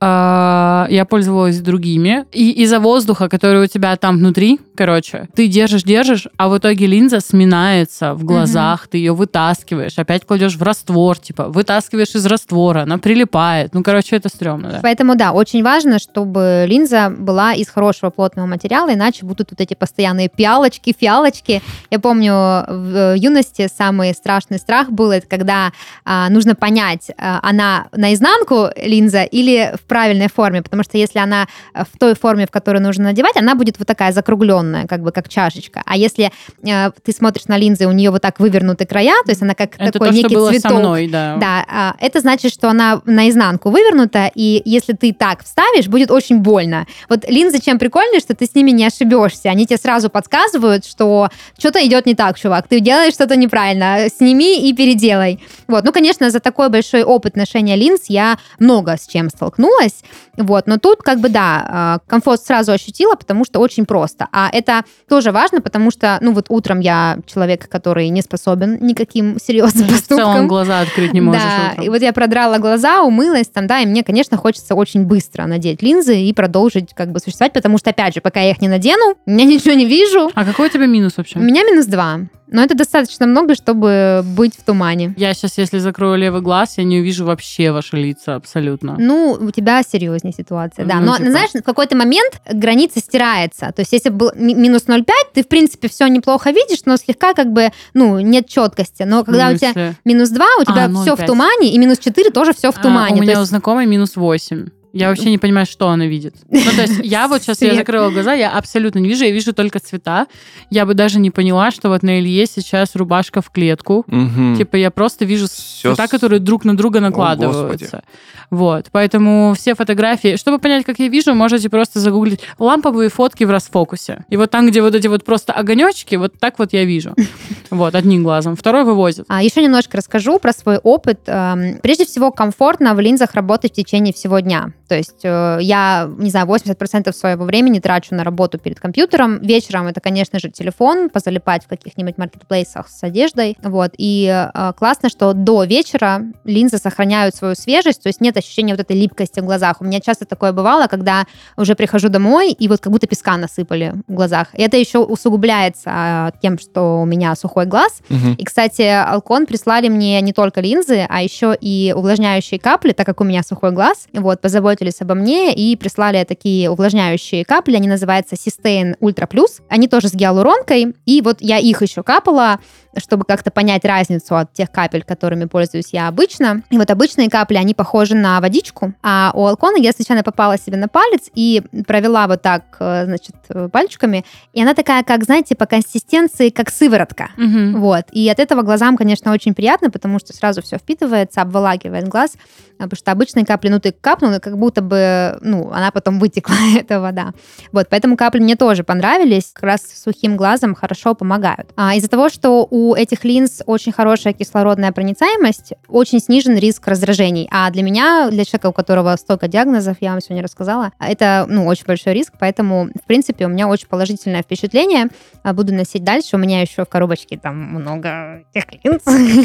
я пользовалась другими, и из-за воздуха, который у тебя там внутри, короче, ты держишь, а в итоге линза сминается в глазах, ты ее вытаскиваешь, опять кладешь в раствор, типа, вытаскиваешь из раствора, она прилипает. Ну, короче, это стрёмно, да. Поэтому, да, очень важно, чтобы линза была из хорошего плотного материала, иначе будут вот эти постоянные пиалочки, фиалочки. Я помню, в юности самый страшный страх был, это когда нужно понять, она наизнанку линза или в правильной форме, потому что если она в той форме, в которой нужно надевать, она будет вот такая закругленная, как бы как чашечка. А если ты смотришь на линзы, у нее вот так вывернуты края, то есть она как это такой некий цветок. Это то, что было со мной, да. Да, это значит, что она наизнанку вывернута, и если ты так вставишь, будет очень больно. Вот линзы чем прикольные, что ты с ними не ошибешься. Они тебе сразу подсказывают, что что-то идет не так, чувак, ты делаешь что-то неправильно, сними и переделай. Вот. Ну, конечно, за такой большой опыт ношения линз я много с чем столкнулась, вот. Но тут как бы, да, комфорт сразу ощутила, потому что очень просто. А это тоже важно, потому что, ну, вот утром я человек, который не способен никаким серьезным поступкам. В целом глаза открыть не можешь да, утром. И вот я продрала глаза, умылась там, да, и мне, конечно, хочется очень быстро надеть линзы и продолжить как бы существовать, потому что, опять же, пока я их не надену, я ничего не вижу. А какой у тебя минус вообще? У меня -2. Но это достаточно много, чтобы быть в тумане. Я сейчас, если закрою левый глаз, я не увижу вообще ваши лица абсолютно. Ну, у тебя серьезнее ситуация, да. Но, типа... знаешь, в какой-то момент граница стирается. То есть, если был -0,5, ты, в принципе, все неплохо видишь, но слегка как бы, ну, нет четкости. Но когда у тебя -2, у тебя все в тумане, и -4 тоже все в тумане. У меня у знакомой -8. Я вообще не понимаю, что она видит. Ну, то есть я вот сейчас, я закрыла глаза, я абсолютно не вижу, я вижу только цвета. Я бы даже не поняла, что вот на Илье сейчас рубашка в клетку. Типа я просто вижу цвета, которые друг на друга накладываются. Вот, поэтому все фотографии... Чтобы понять, как я вижу, можете просто загуглить ламповые фотки в расфокусе. И вот там, где вот эти вот просто огонечки, вот так вот я вижу. Вот, одним глазом. Второй вывозит. Еще немножко расскажу про свой опыт. Прежде всего, комфортно в линзах работать в течение всего дня. То есть я, не знаю, 80% своего времени трачу на работу перед компьютером. Вечером это, конечно же, телефон, позалипать в каких-нибудь маркетплейсах с одеждой. Вот. И классно, что до вечера линзы сохраняют свою свежесть, то есть нет ощущения вот этой липкости в глазах. У меня часто такое бывало, когда уже прихожу домой, и вот как будто песка насыпали в глазах. И это еще усугубляется тем, что у меня сухой глаз. И, кстати, Alcon прислали мне не только линзы, а еще и увлажняющие капли, так как у меня сухой глаз. Вот, позаботились обо мне и прислали такие увлажняющие капли, они называются Systane Ultra Plus, они тоже с гиалуронкой, и вот я их еще капала, чтобы как-то понять разницу от тех капель, которыми пользуюсь я обычно. И вот обычные капли, они похожи на водичку, а у Alcon я случайно попала себе на палец и провела вот так, значит, пальчиками, и она такая, как, знаете, по консистенции, как сыворотка. Вот. И от этого глазам, конечно, очень приятно, потому что сразу все впитывается, обволагивает глаз, потому что обычные капли, ну, ты капнул, и как будто бы, ну, она потом вытекла, эта вода. Вот, поэтому капли мне тоже понравились, как раз сухим глазом хорошо помогают. Из-за того, что у у этих линз очень хорошая кислородная проницаемость, очень снижен риск раздражений. А для меня, для человека, у которого столько диагнозов, я вам сегодня рассказала, это, очень большой риск, поэтому, в принципе, у меня очень положительное впечатление. Буду носить дальше. У меня еще в коробочке там много этих линз.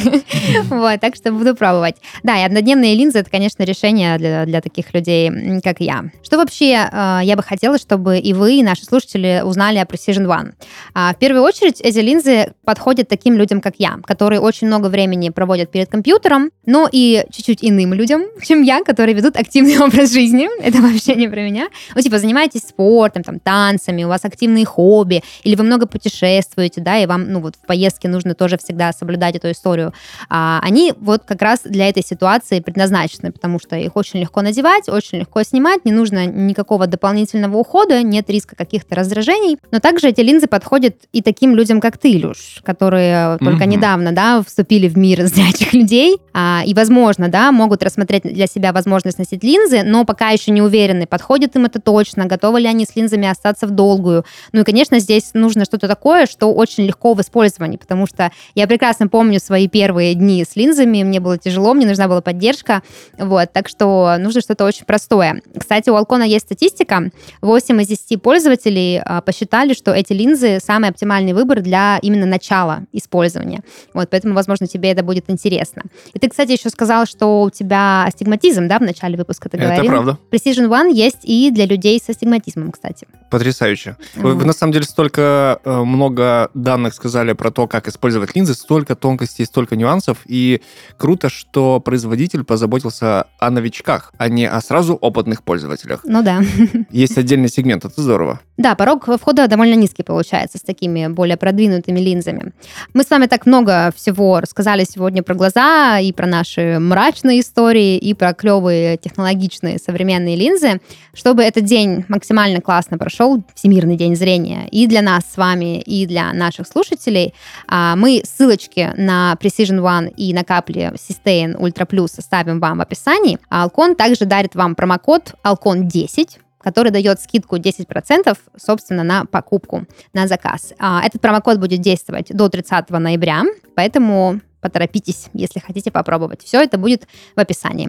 Вот, так что буду пробовать. Да, и однодневные линзы — это, конечно, решение для таких людей, как я. Что вообще я бы хотела, чтобы и вы, и наши слушатели узнали о Precision One? В первую очередь, эти линзы подходят таким людям, как я, которые очень много времени проводят перед компьютером, но и чуть-чуть иным людям, чем я, которые ведут активный образ жизни. Это вообще не про меня. Занимаетесь спортом, танцами, у вас активные хобби, или вы много путешествуете, да, и вам, в поездке нужно тоже всегда соблюдать эту историю. Они как раз для этой ситуации предназначены, потому что их очень легко надевать, очень легко снимать, не нужно никакого дополнительного ухода, нет риска каких-то раздражений. Но также эти линзы подходят и таким людям, как ты, Илюш, которые только недавно, да, вступили в мир зрячих людей, и, возможно, да, могут рассмотреть для себя возможность носить линзы, но пока еще не уверены, подходит им это точно, готовы ли они с линзами остаться в долгую. И, конечно, здесь нужно что-то такое, что очень легко в использовании, потому что я прекрасно помню свои первые дни с линзами, мне было тяжело, мне нужна была поддержка, так что нужно что-то очень простое. Кстати, у Alcon есть статистика, 8 из 10 пользователей посчитали, что эти линзы самый оптимальный выбор для именно начала использования. Поэтому, возможно, тебе это будет интересно. И ты, кстати, еще сказал, что у тебя астигматизм, да, в начале выпуска ты говорил? Это правда. Precision One есть и для людей с астигматизмом, кстати. Потрясающе. Вы, на самом деле, столько много данных сказали про то, как использовать линзы, столько тонкостей, столько нюансов, и круто, что производитель позаботился о новичках, а не о сразу опытных пользователях. Да. Есть отдельный сегмент, это здорово. Да, порог входа довольно низкий получается с такими более продвинутыми линзами. Мы с вами так много всего рассказали сегодня про глаза, и про наши мрачные истории, и про клевые технологичные современные линзы, чтобы этот день максимально классно прошел, Всемирный день зрения, и для нас с вами, и для наших слушателей. Мы ссылочки на Precision One и на капли Systane Ultra Plus оставим вам в описании. Alcon также дарит вам промокод Alcon10, который дает скидку 10%, собственно, на покупку, на заказ. Этот промокод будет действовать до 30 ноября, поэтому поторопитесь, если хотите попробовать. Все это будет в описании.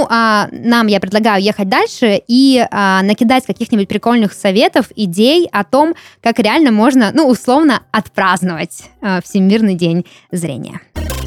Нам я предлагаю ехать дальше и накидать каких-нибудь прикольных советов, идей о том, как реально можно, условно, отпраздновать Всемирный день зрения.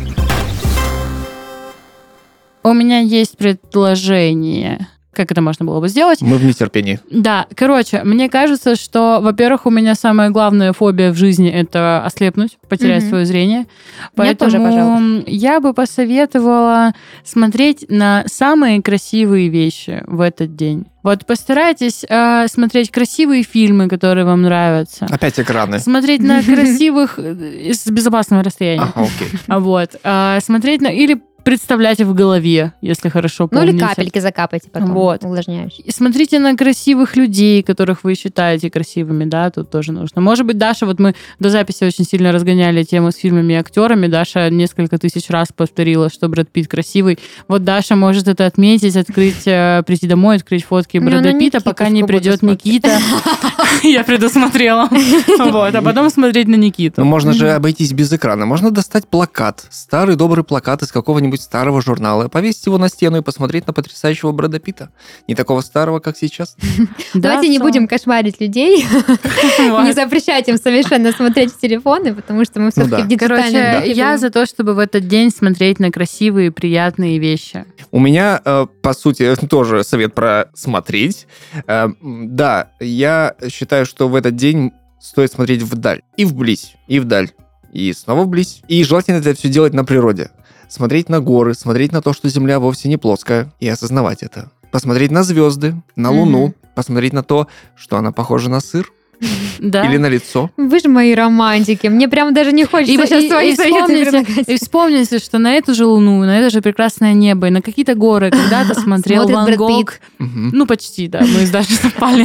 У меня есть предложение. Как это можно было бы сделать? Мы в нетерпении. Да, мне кажется, что, во-первых, у меня самая главная фобия в жизни — это ослепнуть, потерять свое зрение. Поэтому тоже, пожалуй. Я бы посоветовала смотреть на самые красивые вещи в этот день. Постарайтесь смотреть красивые фильмы, которые вам нравятся. Опять экраны. Смотреть на красивых с безопасного расстояния. Окей. Смотреть на... Или представлять в голове, если хорошо помните. Или капельки закапайте потом, увлажняющие. И смотрите на красивых людей, которых вы считаете красивыми, да, тут тоже нужно. Может быть, Даша, мы до записи очень сильно разгоняли тему с фильмами и актерами, Даша несколько тысяч раз повторила, что Брэд Питт красивый. Даша может это отметить, прийти домой, открыть фотки Брэда Питта, пока не придет Никита. Я предусмотрела. А потом смотреть на Никиту. Можно же обойтись без экрана. Можно достать плакат, старый добрый плакат из какого-нибудь старого журнала, повесить его на стену и посмотреть на потрясающего Брэда Питта. Не такого старого, как сейчас. Давайте не будем кошмарить людей. Не запрещать им совершенно смотреть в телефоны, потому что мы все-таки в диджитальном мире. Я за то, чтобы в этот день смотреть на красивые, приятные вещи. У меня, по сути, тоже совет про смотреть. Да, я считаю, что в этот день стоит смотреть вдаль. И вблизь, и вдаль. И снова вблизь. И желательно это все делать на природе. Смотреть на горы, смотреть на то, что Земля вовсе не плоская, и осознавать это. Посмотреть на звезды, на Луну, посмотреть на то, что она похожа на сыр. Да. Или на лицо. Вы же мои романтики. Мне прям даже не хочется сейчас свои советы предлагать. И вспомните, что на эту же Луну, на это же прекрасное небо, и на какие-то горы когда-то смотрел Ван Гог. Почти, да, мы с Дашей совпали.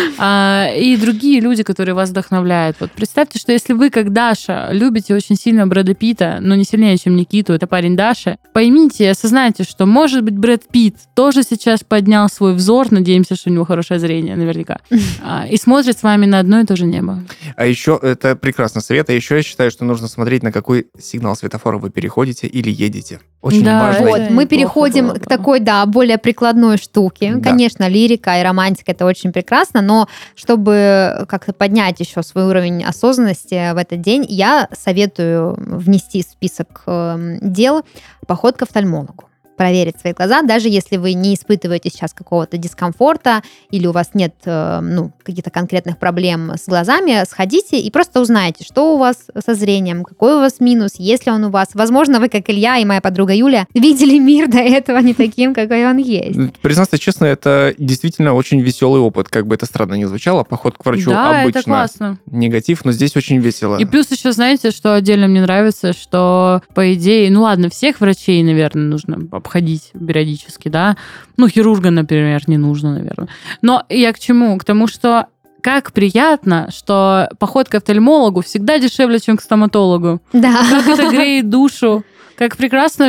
И другие люди, которые вас вдохновляют. Представьте, что если вы, как Даша, любите очень сильно Брэда Питта, но не сильнее, чем Никиту, это парень Даши, поймите и осознайте, что, может быть, Брэд Питт тоже сейчас поднял свой взор, надеемся, что у него хорошее зрение, наверняка, и смотрит с вами на одно и то же небо. А еще это прекрасный совет. А еще я считаю, что нужно смотреть, на какой сигнал светофора вы переходите или едете. Очень важно. Вот, мы переходим к такой, более прикладной штуке. Да. Конечно, лирика и романтика — это очень прекрасно, но чтобы как-то поднять еще свой уровень осознанности в этот день, я советую внести в список дел поход к офтальмологу. Проверить свои глаза, даже если вы не испытываете сейчас какого-то дискомфорта или у вас нет каких-то конкретных проблем с глазами, сходите и просто узнайте, что у вас со зрением, какой у вас минус, есть ли он у вас. Возможно, вы, как Илья и моя подруга Юля, видели мир до этого не таким, какой он есть. Признаться честно, это действительно очень веселый опыт, как бы это странно ни звучало. Поход к врачу обычно это классно. Негатив, но здесь очень весело. И плюс еще, знаете, что отдельно мне нравится, что, по идее, всех врачей, наверное, нужно обходить периодически, да. Хирурга, например, не нужно, наверное. Но я к чему? К тому, что как приятно, что поход к офтальмологу всегда дешевле, чем к стоматологу. Да. Как это греет душу. Как прекрасно,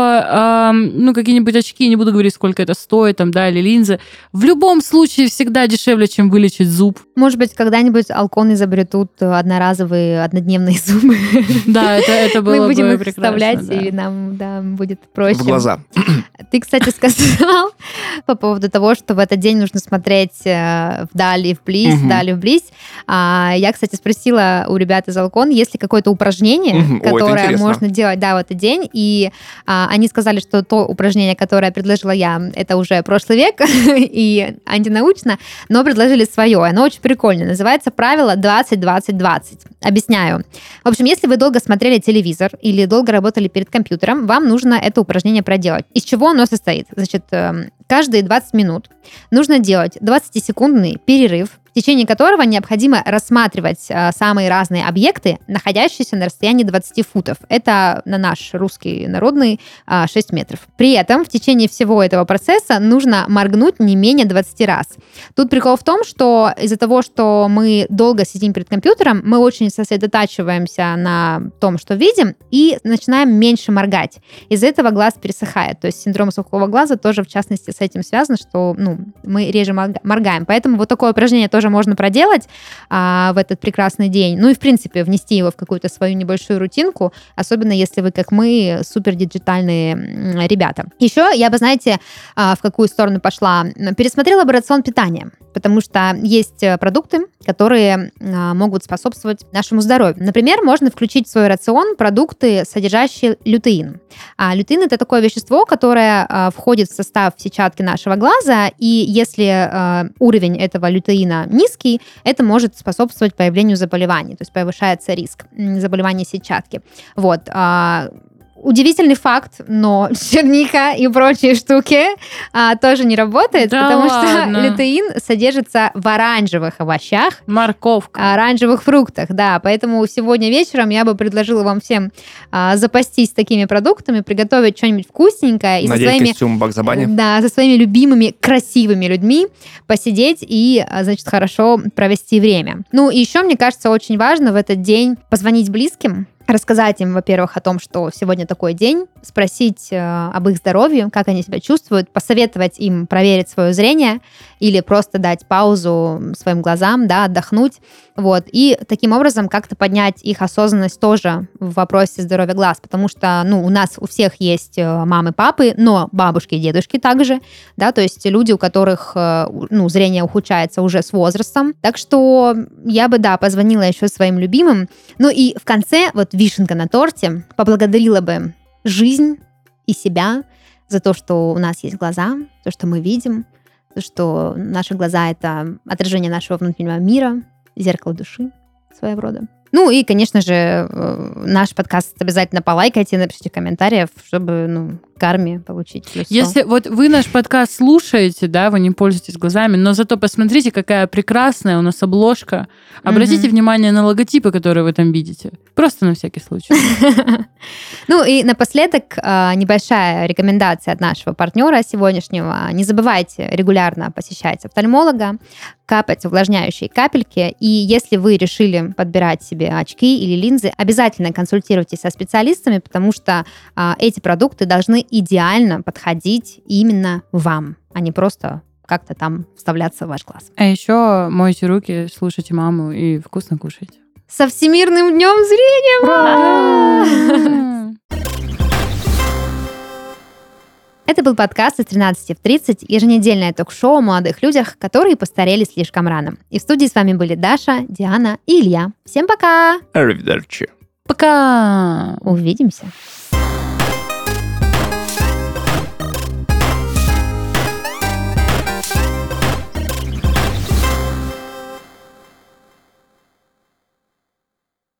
что какие-нибудь очки, не буду говорить, сколько это стоит, или линзы, в любом случае всегда дешевле, чем вылечить зуб. Может быть, когда-нибудь Алкон изобретут одноразовые однодневные зубы. Да, это было бы прекрасно. Мы будем их вставлять, и нам будет проще. В глаза. Ты, кстати, сказал по поводу того, что в этот день нужно смотреть вдаль и вблизь, вдаль и вблизь. Я, кстати, спросила у ребят из Алкон, есть ли какое-то упражнение, которое можно делать, в этот день. И они сказали, что то упражнение, которое предложила я, это уже прошлый век и антинаучно, но предложили свое. Оно очень прикольное. Называется правило 20-20-20. Объясняю. В общем, если вы долго смотрели телевизор или долго работали перед компьютером, вам нужно это упражнение проделать. Из чего оно состоит? Значит, каждые 20 минут нужно делать 20-секундный перерыв, в течение которого необходимо рассматривать самые разные объекты, находящиеся на расстоянии 20 футов. Это на наш русский народный 6 метров. При этом в течение всего этого процесса нужно моргнуть не менее 20 раз. Тут прикол в том, что из-за того, что мы долго сидим перед компьютером, мы очень сосредотачиваемся на том, что видим, и начинаем меньше моргать. Из-за этого глаз пересыхает. То есть синдром сухого глаза тоже, в частности, с этим связан, что мы реже моргаем. Поэтому вот такое упражнение тоже можно проделать в этот прекрасный день. И, в принципе, внести его в какую-то свою небольшую рутинку, особенно если вы, как мы, супер диджитальные ребята. Еще я бы, знаете, в какую сторону пошла? Пересмотрела бы рацион питания, потому что есть продукты, которые могут способствовать нашему здоровью. Например, можно включить в свой рацион продукты, содержащие лютеин. Лютеин — это такое вещество, которое входит в состав сетчатки нашего глаза, и если уровень этого лютеина низкий, это может способствовать появлению заболеваний, то есть повышается риск заболевания сетчатки. Удивительный факт, но черника и прочие штуки тоже не работает, потому что лютеин содержится в оранжевых овощах, морковка, оранжевых фруктах, да, поэтому сегодня вечером я бы предложила вам всем запастись такими продуктами, приготовить что-нибудь вкусненькое и надеть костюм Бакса Банни. Да, со своими любимыми красивыми людьми посидеть и, значит, хорошо провести время. И еще, мне кажется, очень важно в этот день позвонить близким, рассказать им, во-первых, о том, что сегодня такой день, спросить об их здоровье, как они себя чувствуют, посоветовать им проверить свое зрение или просто дать паузу своим глазам, отдохнуть. И таким образом как-то поднять их осознанность тоже в вопросе здоровья глаз, потому что, у нас у всех есть мамы, папы, но бабушки и дедушки также, то есть люди, у которых, зрение ухудшается уже с возрастом. Так что я бы, позвонила еще своим любимым. И в конце, вишенка на торте, поблагодарила бы жизнь и себя за то, что у нас есть глаза, то, что мы видим, то, что наши глаза — это отражение нашего внутреннего мира, зеркало души своего рода. И, конечно же, наш подкаст обязательно полайкайте, напишите комментариев, чтобы, карме получить плюс 100. Если вы наш подкаст слушаете, вы не пользуетесь глазами, но зато посмотрите, какая прекрасная у нас обложка. Обратите внимание на логотипы, которые вы там видите. Просто на всякий случай. И напоследок небольшая рекомендация от нашего партнера сегодняшнего. Не забывайте регулярно посещать офтальмолога, капать увлажняющие капельки. И если вы решили подбирать себе очки или линзы, обязательно консультируйтесь со специалистами, потому что эти продукты должны идеально подходить именно вам, а не просто как-то там вставляться в ваш класс. А еще мойте руки, слушайте маму и вкусно кушайте. Со Всемирным днем зрения! Это был подкаст из 13 в 30, еженедельное ток-шоу о молодых людях, которые постарели слишком рано. И в студии с вами были Даша, Диана и Илья. Всем пока! Arrivederci. Пока! Увидимся!